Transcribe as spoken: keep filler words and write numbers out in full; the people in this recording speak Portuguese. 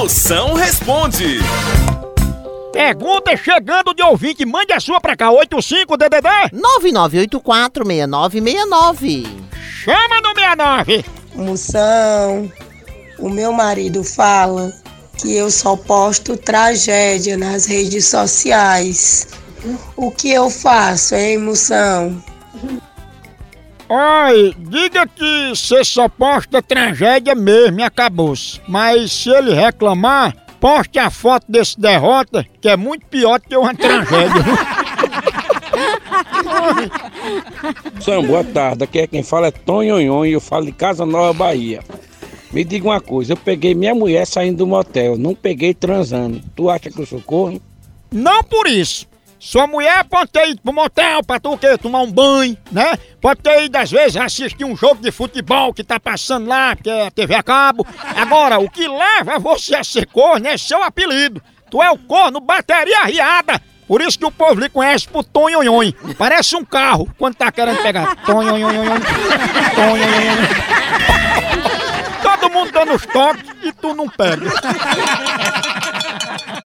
Moção responde. Pergunta chegando de ouvinte, mande a sua pra cá, oito cinco D D D nove nove oito quatro seis nove seis nove. Chama no sessenta e nove. Moção, o meu marido fala que eu só posto tragédia nas redes sociais. O que eu faço, hein, Moção? Oi, diga que você só posta tragédia mesmo e acabou-se. Mas se ele reclamar, poste a foto desse derrota, que é muito pior do que uma tragédia. Sam, boa tarde. Aqui é quem fala é Tonhonhon e eu falo de Casa Nova, Bahia. Me diga uma coisa, eu peguei minha mulher saindo do motel, não peguei transando. Tu acha que eu sou corno? Não por isso. Sua mulher pode ter ido pro motel pra tu o quê? Tomar um banho, né? Pode ter ido, às vezes, assistir um jogo de futebol que tá passando lá, que é T V a cabo. Agora, o que leva você a ser corno é seu apelido. Tu é o corno bateria riada. Por isso que o povo lhe conhece por Tonhonhon. Parece um carro quando tá querendo pegar. Tonhonhon. Tonhonhon. Todo mundo dando os toques e tu não pega.